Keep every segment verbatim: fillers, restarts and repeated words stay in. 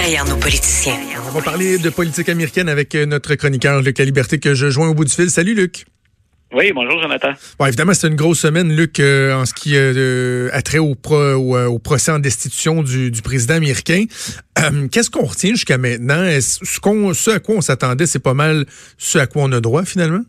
derrière nos politiciens. On va parler de politique américaine avec notre chroniqueur Luc Laliberté que je joins au bout du fil. Salut Luc. Oui, bonjour Jonathan. Bon, évidemment, c'est une grosse semaine, Luc, euh, en ce qui euh, a trait au, pro, au, au procès en destitution du, du président américain. Euh, qu'est-ce qu'on retient jusqu'à maintenant? Est-ce, ce, qu'on, ce à quoi on s'attendait, c'est pas mal ce à quoi on a droit, finalement?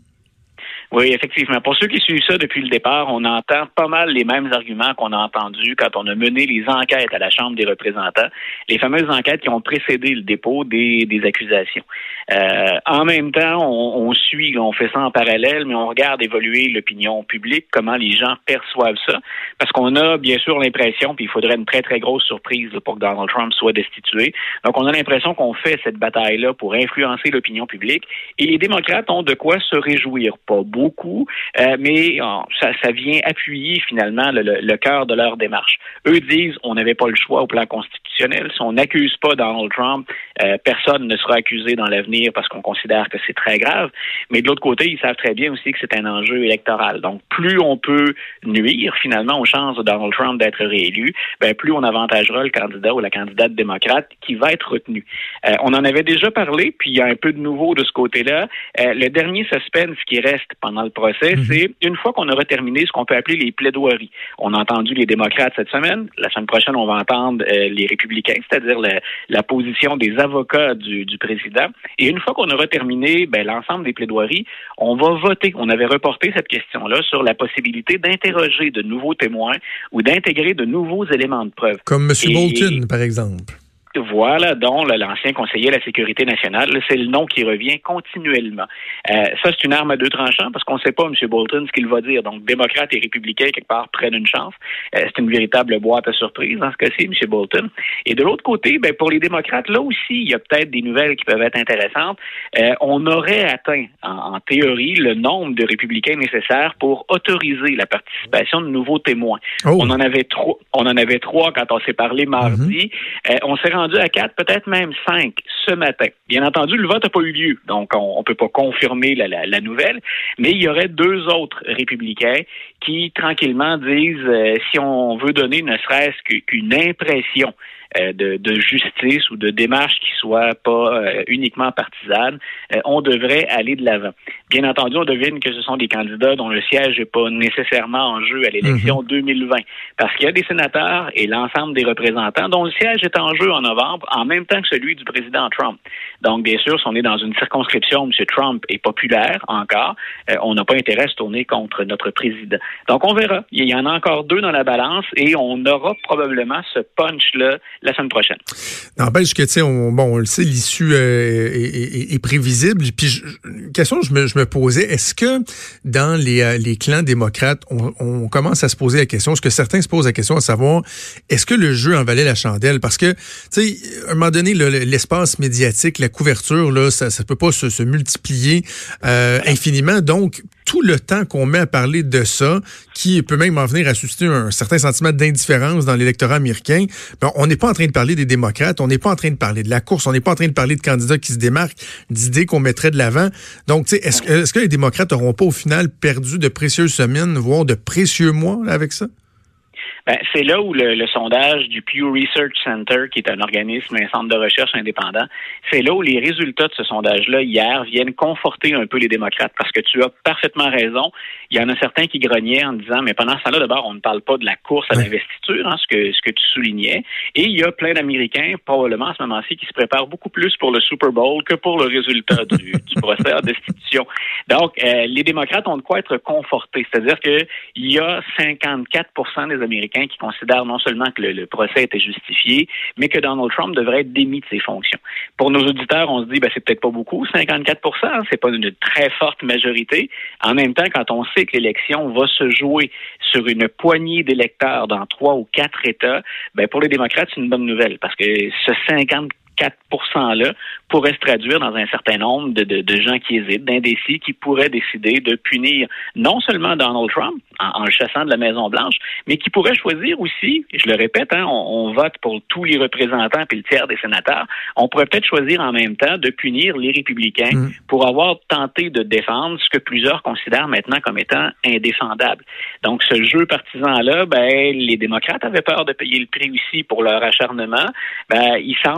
Oui, effectivement. Pour ceux qui suivent ça depuis le départ, on entend pas mal les mêmes arguments qu'on a entendus quand on a mené les enquêtes à la Chambre des représentants, les fameuses enquêtes qui ont précédé le dépôt des, des accusations. Euh, en même temps, on, on suit, on fait ça en parallèle, mais on regarde évoluer l'opinion publique, comment les gens perçoivent ça, parce qu'on a bien sûr l'impression, puis il faudrait une très, très grosse surprise pour que Donald Trump soit destitué. Donc, on a l'impression qu'on fait cette bataille-là pour influencer l'opinion publique, et les démocrates ont de quoi se réjouir. Pas beaucoup, euh, mais oh, ça, ça vient appuyer finalement le, le, le cœur de leur démarche. Eux disent, on n'avait pas le choix au plan constitutionnel. Si on n'accuse pas Donald Trump, euh, personne ne sera accusé dans l'avenir parce qu'on considère que c'est très grave. Mais de l'autre côté, ils savent très bien aussi que c'est un enjeu électoral. Donc, plus on peut nuire finalement aux chances de Donald Trump d'être réélu, ben, plus on avantagera le candidat ou la candidate démocrate qui va être retenu. Euh, on en avait déjà parlé, puis il y a un peu de nouveau de ce côté-là. Euh, le dernier suspense qui reste pendant le procès, mm-hmm. c'est une fois qu'on aura terminé ce qu'on peut appeler les plaidoiries. On a entendu les démocrates cette semaine. La semaine prochaine, on va entendre euh, les républicains, c'est-à-dire la, la position des avocats du, du président. Et une fois qu'on aura terminé ben, l'ensemble des plaidoiries, on va voter. On avait reporté cette question-là sur la possibilité d'interroger de nouveaux témoins ou d'intégrer de nouveaux éléments de preuve. Comme M. Bolton, par exemple. Voilà, dont là, l'ancien conseiller à la sécurité nationale, là, c'est le nom qui revient continuellement. Euh, ça, c'est une arme à deux tranchants parce qu'on ne sait pas, M. Bolton, ce qu'il va dire. Donc, démocrates et républicains, quelque part, prennent une chance. Euh, c'est une véritable boîte à surprise dans ce cas-ci, M. Bolton. Et de l'autre côté, ben, pour les démocrates, là aussi, il y a peut-être des nouvelles qui peuvent être intéressantes. Euh, on aurait atteint, en, en théorie, le nombre de républicains nécessaires pour autoriser la participation de nouveaux témoins. Oh. On en avait trois, on en avait trois quand on s'est parlé mardi. Mm-hmm. Euh, on s'est rendu à quatre, peut-être même cinq ce matin. Bien entendu, le vote n'a pas eu lieu, donc on ne peut pas confirmer la, la, la nouvelle, mais il y aurait deux autres républicains qui, tranquillement, disent euh, si on veut donner ne serait-ce qu'une impression euh, de, de justice ou de démarche qui soit pas euh, uniquement partisane, euh, on devrait aller de l'avant. Bien entendu, on devine que ce sont des candidats dont le siège n'est pas nécessairement en jeu à l'élection mm-hmm. deux mille vingt, parce qu'il y a des sénateurs et l'ensemble des représentants dont le siège est en jeu en novembre, en même temps que celui du président Trump. Donc, bien sûr, si on est dans une circonscription où M. Trump est populaire encore, euh, on n'a pas intérêt à se tourner contre notre président. Donc, on verra. Il y en a encore deux dans la balance et on aura probablement ce punch-là la semaine prochaine. N'empêche que, tu sais, on, bon, on le sait, l'issue euh, est, est, est prévisible. Puis, je, une question que je me, je me posais, est-ce que dans les, euh, les clans démocrates, on, on commence à se poser la question, est-ce que certains se posent la question à savoir, est-ce que le jeu en valait la chandelle? Parce que, tu sais, à un moment donné, le, l'espace médiatique, la couverture, là, ça ne peut pas se, se multiplier euh, infiniment. Donc, tout le temps qu'on met à parler de ça, qui peut même en venir à susciter un certain sentiment d'indifférence dans l'électorat américain, ben, on n'est pas en train de parler des démocrates, on n'est pas en train de parler de la course, on n'est pas en train de parler de candidats qui se démarquent, d'idées qu'on mettrait de l'avant. Donc, tu sais, est-ce, est-ce que les démocrates n'auront pas au final perdu de précieuses semaines, voire de précieux mois là, avec ça? Ben, c'est là où le, le sondage du Pew Research Center, qui est un organisme, un centre de recherche indépendant, c'est là où les résultats de ce sondage-là, hier, viennent conforter un peu les démocrates. Parce que tu as parfaitement raison. Il y en a certains qui grognaient en disant, mais pendant ce temps-là, d'abord, on ne parle pas de la course à l'investiture, hein, ce que, ce que tu soulignais. Et il y a plein d'Américains, probablement à ce moment-ci, qui se préparent beaucoup plus pour le Super Bowl que pour le résultat du, du procès en destitution. Donc, euh, les démocrates ont de quoi être confortés. C'est-à-dire qu'il y a cinquante-quatre pour cent des Américains qui considèrent non seulement que le, le procès était justifié, mais que Donald Trump devrait être démis de ses fonctions. Pour nos auditeurs, on se dit, ben, c'est peut-être pas beaucoup, cinquante-quatre pour cent, hein, c'est pas une très forte majorité. En même temps, quand on sait que l'élection va se jouer sur une poignée d'électeurs dans trois ou quatre États, ben, pour les démocrates, c'est une bonne nouvelle, parce que ce cinquante-quatre pour cent-là pourrait se traduire dans un certain nombre de, de, de gens qui hésitent, d'indécis, qui pourraient décider de punir non seulement Donald Trump en, en le chassant de la Maison-Blanche, mais qui pourraient choisir aussi, et je le répète, hein, on, on vote pour tous les représentants puis le tiers des sénateurs, on pourrait peut-être choisir en même temps de punir les républicains mmh. pour avoir tenté de défendre ce que plusieurs considèrent maintenant comme étant indéfendable. Donc, ce jeu partisan-là, ben, les démocrates avaient peur de payer le prix aussi pour leur acharnement. Ben, ils semblent tranquillement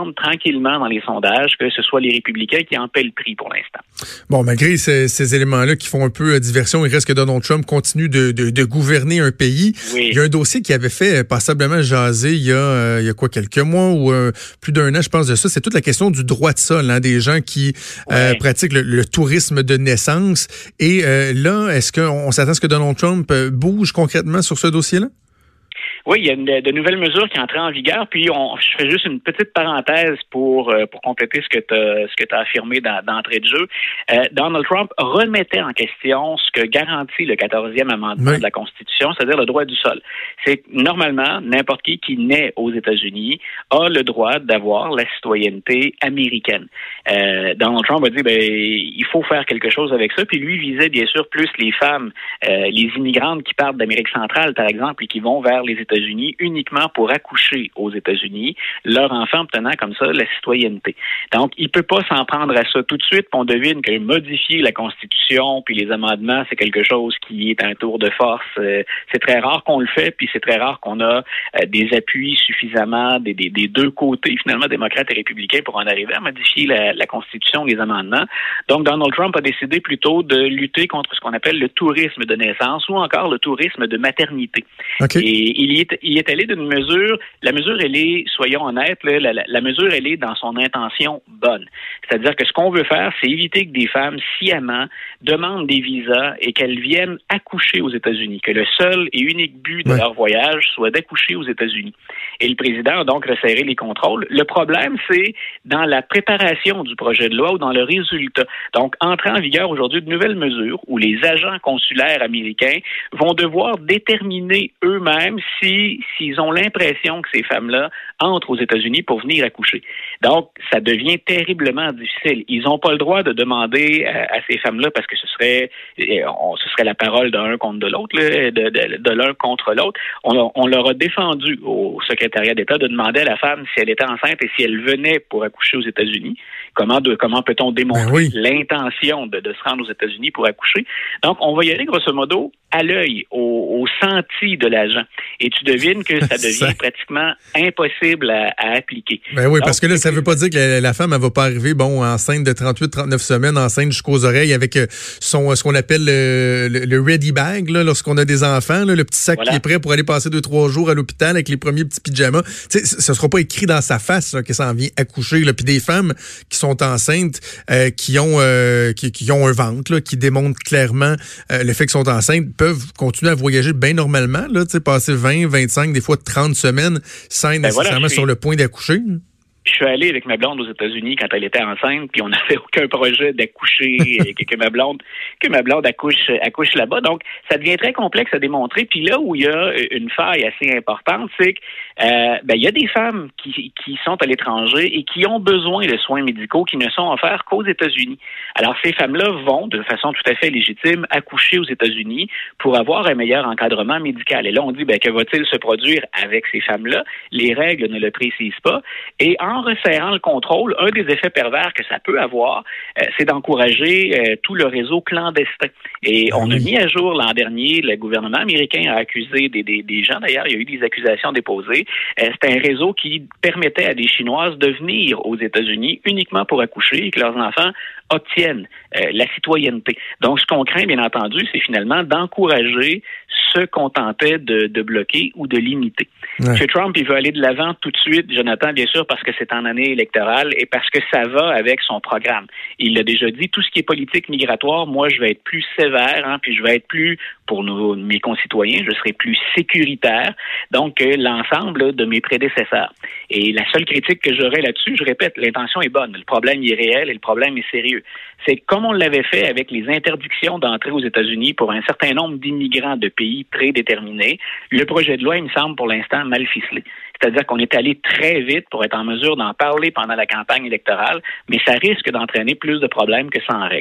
tranquillement dans les sondages que ce soit les républicains qui en paient le prix pour l'instant. Bon, malgré ces, ces éléments-là qui font un peu diversion, il reste que Donald Trump continue de, de, de gouverner un pays. Oui. Il y a un dossier qui avait fait passablement jaser il y a, euh, il y a quoi, quelques mois ou euh, plus d'un an, je pense, de ça. C'est toute la question du droit de sol, hein, des gens qui ouais. euh, pratiquent le, le tourisme de naissance. Et euh, là, est-ce qu'on s'attend à ce que Donald Trump bouge concrètement sur ce dossier-là? Oui, il y a une, de nouvelles mesures qui entrent en vigueur. Puis, on, je fais juste une petite parenthèse pour pour compléter ce que tu ce que tu as affirmé dans, d'entrée de jeu. Euh, Donald Trump remettait en question ce que garantit le quatorzième amendement oui. de la Constitution, c'est-à-dire le droit du sol. C'est que, normalement, n'importe qui qui naît aux États-Unis a le droit d'avoir la citoyenneté américaine. Euh, Donald Trump a dit, ben, il faut faire quelque chose avec ça. Puis lui visait bien sûr plus les femmes, euh, les immigrantes qui partent d'Amérique centrale, par exemple, et qui vont vers les États-Unis États-Unis uniquement pour accoucher aux États-Unis, leur enfant obtenant comme ça la citoyenneté. Donc, il peut pas s'en prendre à ça tout de suite, puis on devine que modifier la Constitution puis les amendements, c'est quelque chose qui est un tour de force. Euh, c'est très rare qu'on le fait, puis c'est très rare qu'on a euh, des appuis suffisamment des, des, des deux côtés, finalement, démocrates et républicains, pour en arriver à modifier la, la Constitution, les amendements. Donc, Donald Trump a décidé plutôt de lutter contre ce qu'on appelle le tourisme de naissance ou encore le tourisme de maternité. Okay. Et il y il est allé d'une mesure, la mesure, elle est, soyons honnêtes, là, la, la mesure, elle est dans son intention bonne. C'est-à-dire que ce qu'on veut faire, c'est éviter que des femmes sciemment demandent des visas et qu'elles viennent accoucher aux États-Unis, que le seul et unique but de ouais. leur voyage soit d'accoucher aux États-Unis. Et le président a donc resserré les contrôles. Le problème, c'est dans la préparation du projet de loi ou dans le résultat. Donc, entrer en vigueur aujourd'hui de nouvelles mesures où les agents consulaires américains vont devoir déterminer eux-mêmes si s'ils ont l'impression que ces femmes-là entrent aux États-Unis pour venir accoucher. Donc, ça devient terriblement difficile. Ils n'ont pas le droit de demander à, à ces femmes-là parce que ce serait on, ce serait la parole d'un contre de l'autre, là, de, de, de l'un contre l'autre. On, on leur a défendu au secrétariat d'État de demander à la femme si elle était enceinte et si elle venait pour accoucher aux États-Unis. Comment, de, comment peut-on démontrer ben oui. l'intention de, de se rendre aux États-Unis pour accoucher? Donc, on va y aller grosso modo à l'œil, au, au senti de l'agent. Et tu devines que ça devient ça... pratiquement impossible à, à appliquer. Ben oui, donc, parce que là, ça ne veut pas dire que la, la femme, elle va pas arriver, bon, enceinte de trente-huit trente-neuf semaines, enceinte jusqu'aux oreilles avec son, ce qu'on appelle le, le, le ready bag, là, lorsqu'on a des enfants, là, le petit sac voilà. qui est prêt pour aller passer deux, trois jours à l'hôpital avec les premiers petits pyjamas. Tu sais, ce ne sera pas écrit dans sa face là, que ça en vient accoucher. Là. Puis des femmes qui sont enceintes, euh, qui ont euh, qui, qui ont un ventre, là, qui démontrent clairement euh, le fait qu'elles sont enceintes, peuvent continuer à voyager bien normalement, là, tu sais, passer vingt, vingt-cinq, des fois trente semaines sans être ben nécessairement voilà, sur le point d'accoucher. Je suis allé avec ma blonde aux États-Unis quand elle était enceinte, puis on n'avait aucun projet d'accoucher, que, que ma blonde que ma blonde accouche accouche là-bas. Donc, ça devient très complexe à démontrer. Puis là où il y a une faille assez importante, c'est que euh, ben il y a des femmes qui qui sont à l'étranger et qui ont besoin de soins médicaux qui ne sont offerts qu'aux États-Unis. Alors ces femmes-là vont, de façon tout à fait légitime, accoucher aux États-Unis pour avoir un meilleur encadrement médical. Et là, on dit ben que va-t-il se produire avec ces femmes-là? Les règles ne le précisent pas. Et en resserrant le contrôle, un des effets pervers que ça peut avoir, euh, c'est d'encourager euh, tout le réseau clandestin. Et on a mis à jour l'an dernier, le gouvernement américain a accusé des, des, des gens, d'ailleurs, il y a eu des accusations déposées. Euh, c'est un réseau qui permettait à des Chinoises de venir aux États-Unis uniquement pour accoucher et que leurs enfants obtiennent euh, la citoyenneté. Donc, ce qu'on craint, bien entendu, c'est finalement d'encourager ceux qu'on tentait de, de bloquer ou de limiter. Ouais. M. Trump, il veut aller de l'avant tout de suite, Jonathan, bien sûr, parce que c'est en année électorale et parce que ça va avec son programme. Il l'a déjà dit, tout ce qui est politique migratoire, moi, je vais être plus sévère, hein, puis je vais être plus, pour nos, mes concitoyens, je serai plus sécuritaire, donc euh, l'ensemble là, de mes prédécesseurs. Et la seule critique que j'aurais là-dessus, je répète, l'intention est bonne, le problème il est réel et le problème est sérieux. C'est comme on l'avait fait avec les interdictions d'entrée aux États-Unis pour un certain nombre d'immigrants de pays prédéterminés, le projet de loi, il me semble pour l'instant mal ficelé. C'est-à-dire qu'on est allé très vite pour être en mesure d'en parler pendant la campagne électorale, mais ça risque d'entraîner plus de problèmes que ça en règle.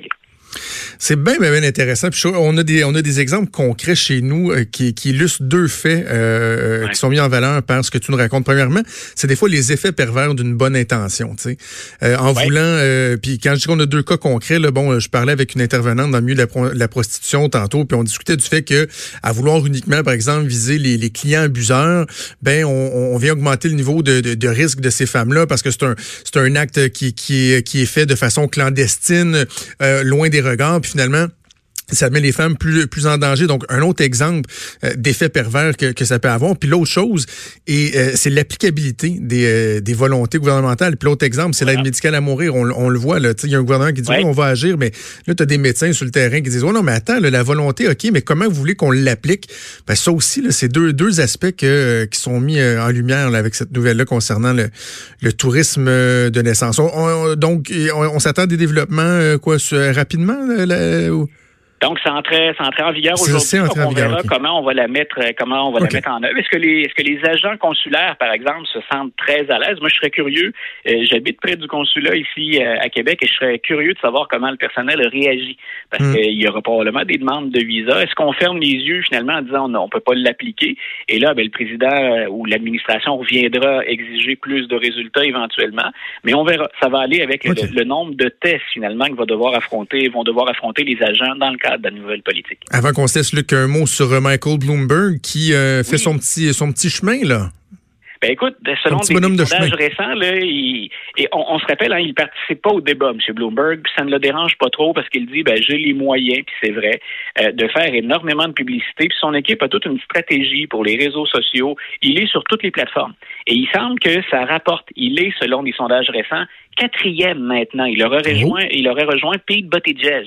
C'est bien, bien, bien intéressant. Puis on a des, on a des exemples concrets chez nous euh, qui, qui illustrent deux faits euh, ouais. qui sont mis en valeur par ce que tu nous racontes. Premièrement, c'est des fois les effets pervers d'une bonne intention. Tu sais, euh, en ouais. voulant. Euh, puis quand je dis qu'on a deux cas concrets, là, bon, je parlais avec une intervenante dans le milieu de la, pro, la prostitution tantôt, puis on discutait du fait que à vouloir uniquement, par exemple, viser les, les clients abuseurs, ben on, on vient augmenter le niveau de, de, de risque de ces femmes-là parce que c'est un, c'est un acte qui, qui est, qui est fait de façon clandestine, euh, loin des regards. Puis finalement, ça met les femmes plus plus en danger. Donc, un autre exemple euh, d'effet pervers que, que ça peut avoir. Puis l'autre chose, et euh, c'est l'applicabilité des, euh, des volontés gouvernementales. Puis l'autre exemple, c'est voilà. l'aide médicale à mourir. On, on le voit, là. Il y a un gouvernement qui dit, ouais. oui, on va agir, mais là, tu as des médecins sur le terrain qui disent, oh non, mais attends, là, la volonté, OK, mais comment vous voulez qu'on l'applique? Ben, ça aussi, là, c'est deux, deux aspects que, euh, qui sont mis euh, en lumière là, avec cette nouvelle-là concernant le, le tourisme euh, de naissance. On, on, donc, on, on s'attend à des développements, euh, quoi, sur, euh, rapidement, là, là, ou... Donc, c'est entré, c'est entré en vigueur aujourd'hui. Donc, on verra okay. comment on va la mettre, comment on va okay. la mettre en œuvre. Est-ce que les, est-ce que les agents consulaires, par exemple, se sentent très à l'aise? Moi, je serais curieux. Euh, j'habite près du consulat ici euh, à Québec et je serais curieux de savoir comment le personnel réagit. Parce mm. qu'il y aura probablement des demandes de visa. Est-ce qu'on ferme les yeux finalement en disant non, on peut pas l'appliquer? Et là, ben, le président euh, ou l'administration reviendra exiger plus de résultats éventuellement. Mais on verra. Ça va aller avec okay. le, le nombre de tests finalement que va devoir affronter, vont devoir affronter les agents dans le cadre de la nouvelle politique. Avant qu'on se laisse, Luc, un mot sur Michael Bloomberg qui euh, fait oui. son petit son petit chemin, là. Ben écoute, selon des, des sondages récents, là, il, et on, on se rappelle, hein, il participe pas au débat, M. Bloomberg, puis ça ne le dérange pas trop parce qu'il dit, ben j'ai les moyens, puis c'est vrai, euh, de faire énormément de publicité, puis son équipe a toute une stratégie pour les réseaux sociaux. Il est sur toutes les plateformes. Et il semble que ça rapporte. Il est, selon des sondages récents, quatrième maintenant. Il aurait rejoint, oh. il aurait rejoint Pete Buttigieg.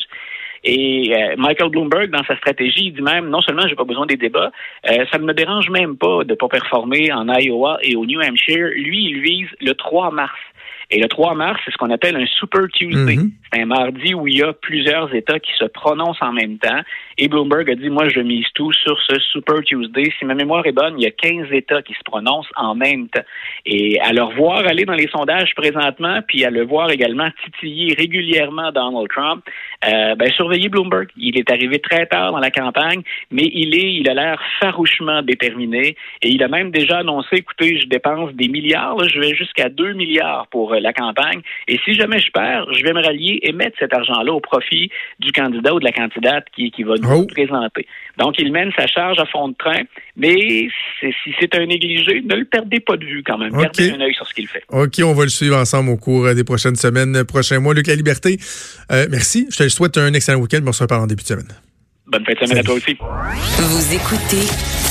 Et euh, Michael Bloomberg, dans sa stratégie, il dit même, non seulement j'ai pas besoin des débats, euh, ça ne me dérange même pas de pas performer en Iowa et au New Hampshire. Lui, il vise le trois mars. Et le trois mars, c'est ce qu'on appelle un Super Tuesday. Mm-hmm. C'est un mardi où il y a plusieurs États qui se prononcent en même temps. Et Bloomberg a dit, moi, je mise tout sur ce Super Tuesday. Si ma mémoire est bonne, il y a quinze États qui se prononcent en même temps. Et à le voir aller dans les sondages présentement, puis à le voir également titiller régulièrement Donald Trump, euh, ben, surveillez Bloomberg. Il est arrivé très tard dans la campagne, mais il est, il a l'air farouchement déterminé. Et il a même déjà annoncé, écoutez, je dépense des milliards, là, je vais jusqu'à deux milliards pour la campagne. Et si jamais je perds, je vais me rallier et mettre cet argent-là au profit du candidat ou de la candidate qui, qui va nous oh. présenter. Donc, il mène sa charge à fond de train, mais c'est, si c'est un négligé, ne le perdez pas de vue quand même. Okay. Gardez un œil sur ce qu'il fait. OK, on va le suivre ensemble au cours des prochaines semaines, prochains mois. Luc La Liberté, euh, merci. Je te souhaite un excellent week-end. On se reparle en début de semaine. Bonne fin de semaine Salut. À toi aussi. Vous écoutez